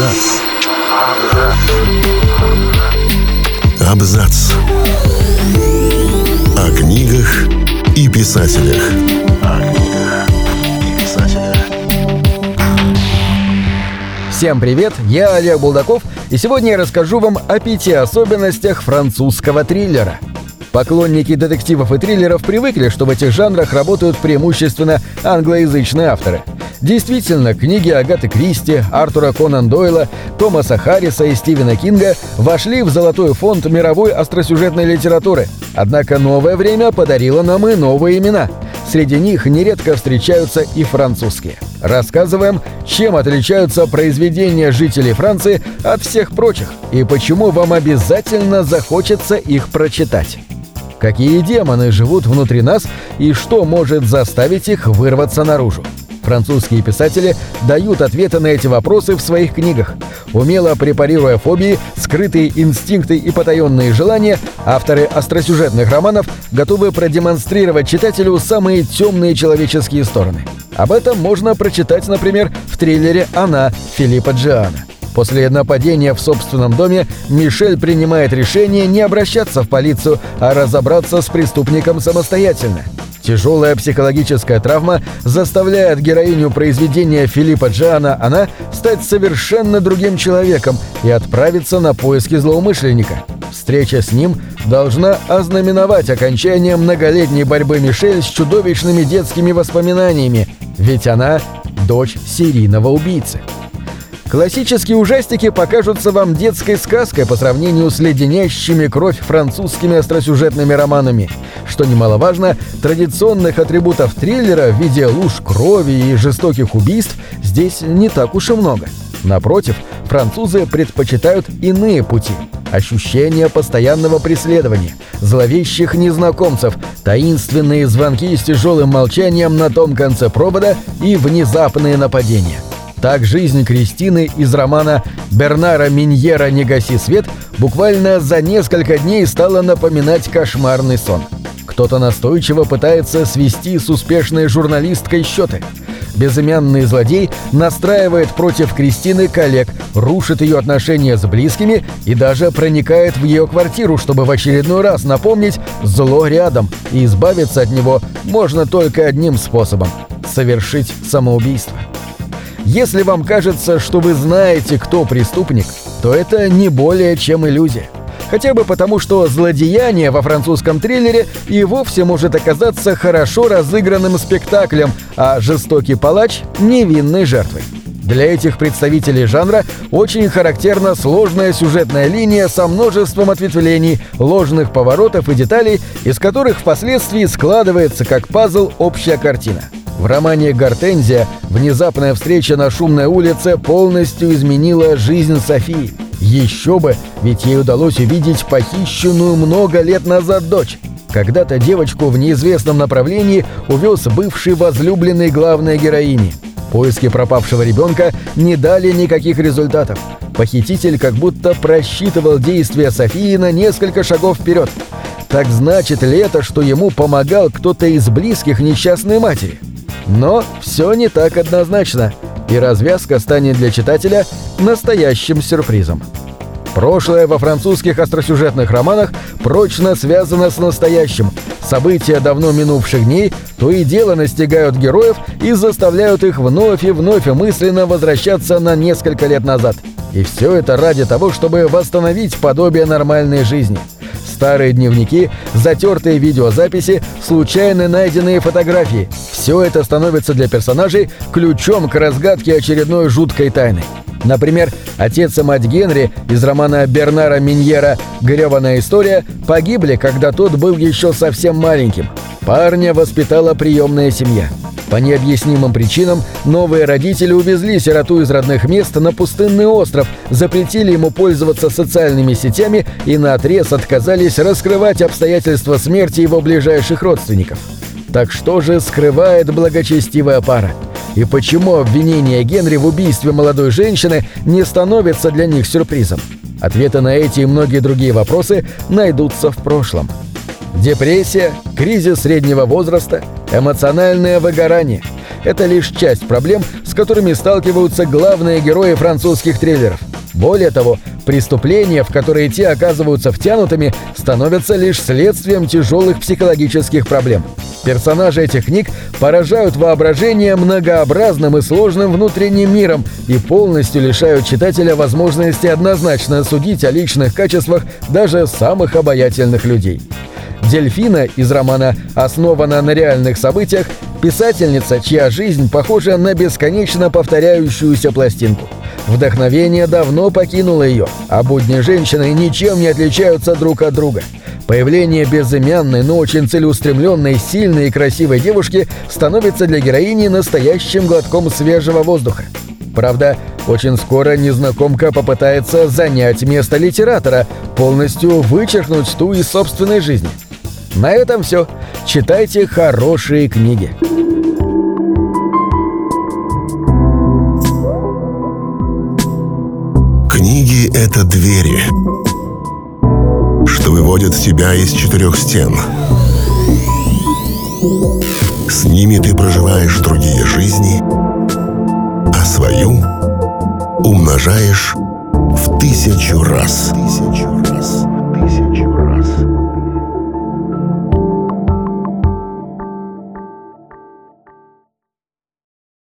Абзац. Абзац. О книгах и писателях. Всем привет, я Олег Булдаков, и сегодня я расскажу вам о 5 особенностях французского триллера. Поклонники детективов и триллеров привыкли, что в этих жанрах работают преимущественно англоязычные авторы. Действительно, книги Агаты Кристи, Артура Конан Дойла, Томаса Харриса и Стивена Кинга вошли в золотой фонд мировой остросюжетной литературы. Однако новое время подарило нам и новые имена. Среди них нередко встречаются и французские. Рассказываем, чем отличаются произведения жителей Франции от всех прочих и почему вам обязательно захочется их прочитать. Какие демоны живут внутри нас и что может заставить их вырваться наружу? Французские писатели дают ответы на эти вопросы в своих книгах. Умело препарируя фобии, скрытые инстинкты и потаенные желания, авторы остросюжетных романов готовы продемонстрировать читателю самые темные человеческие стороны. Об этом можно прочитать, например, в триллере «Она» Филиппа Джиана. После нападения в собственном доме Мишель принимает решение не обращаться в полицию, а разобраться с преступником самостоятельно. Тяжелая психологическая травма заставляет героиню произведения Филиппа Джиана «Она» стать совершенно другим человеком и отправиться на поиски злоумышленника. Встреча с ним должна ознаменовать окончание многолетней борьбы Мишель с чудовищными детскими воспоминаниями, ведь она – дочь серийного убийцы. Классические ужастики покажутся вам детской сказкой по сравнению с леденящими кровь французскими остросюжетными романами. Что немаловажно, традиционных атрибутов триллера в виде луж крови и жестоких убийств здесь не так уж и много. Напротив, французы предпочитают иные пути. Ощущение постоянного преследования, зловещих незнакомцев, таинственные звонки с тяжелым молчанием на том конце провода и внезапные нападения. Так жизнь Кристины из романа Бернара Миньера «Не гаси свет» буквально за несколько дней стала напоминать кошмарный сон. Кто-то настойчиво пытается свести с успешной журналисткой счеты. Безымянный злодей настраивает против Кристины коллег, рушит ее отношения с близкими и даже проникает в ее квартиру, чтобы в очередной раз напомнить «зло рядом», и избавиться от него можно только одним способом – совершить самоубийство. Если вам кажется, что вы знаете, кто преступник, то это не более чем иллюзия. Хотя бы потому, что злодеяние во французском триллере и вовсе может оказаться хорошо разыгранным спектаклем, а жестокий палач – невинной жертвой. Для этих представителей жанра очень характерна сложная сюжетная линия со множеством ответвлений, ложных поворотов и деталей, из которых впоследствии складывается как пазл общая картина. В романе «Гортензия» внезапная встреча на шумной улице полностью изменила жизнь Софии. Еще бы, ведь ей удалось увидеть похищенную много лет назад дочь. Когда-то девочку в неизвестном направлении увез бывший возлюбленный главной героини. Поиски пропавшего ребенка не дали никаких результатов. Похититель как будто просчитывал действия Софии на несколько шагов вперед. Так значит ли это, что ему помогал кто-то из близких несчастной матери? Но все не так однозначно, и развязка станет для читателя настоящим сюрпризом. Прошлое во французских остросюжетных романах прочно связано с настоящим. События давно минувших дней то и дело настигают героев и заставляют их вновь и вновь мысленно возвращаться на несколько лет назад. И все это ради того, чтобы восстановить подобие нормальной жизни. Старые дневники, затертые видеозаписи, случайно найденные фотографии – все это становится для персонажей ключом к разгадке очередной жуткой тайны. Например, отец и мать Генри из романа Бернара Миньера «Грёбаная история» погибли, когда тот был еще совсем маленьким. Парня воспитала приемная семья. По необъяснимым причинам новые родители увезли сироту из родных мест на пустынный остров, запретили ему пользоваться социальными сетями и наотрез отказались раскрывать обстоятельства смерти его ближайших родственников. Так что же скрывает благочестивая пара? И почему обвинение Генри в убийстве молодой женщины не становится для них сюрпризом? Ответы на эти и многие другие вопросы найдутся в прошлом. Депрессия, кризис среднего возраста, эмоциональное выгорание. – это лишь часть проблем, с которыми сталкиваются главные герои французских триллеров. Более того, преступления, в которые те оказываются втянутыми, становятся лишь следствием тяжелых психологических проблем. Персонажи этих книг поражают воображение многообразным и сложным внутренним миром и полностью лишают читателя возможности однозначно судить о личных качествах даже самых обаятельных людей. Дельфина из романа основана на реальных событиях, писательница, чья жизнь похожа на бесконечно повторяющуюся пластинку. Вдохновение давно покинуло ее, а будни женщины ничем не отличаются друг от друга. Появление безымянной, но очень целеустремленной, сильной и красивой девушки становится для героини настоящим глотком свежего воздуха. Правда, очень скоро незнакомка попытается занять место литератора, полностью вычеркнуть ту из собственной жизни. На этом все. Читайте хорошие книги. Книги — это двери, что выводят тебя из четырех стен. С ними ты проживаешь другие жизни, а свою умножаешь в 1000 раз.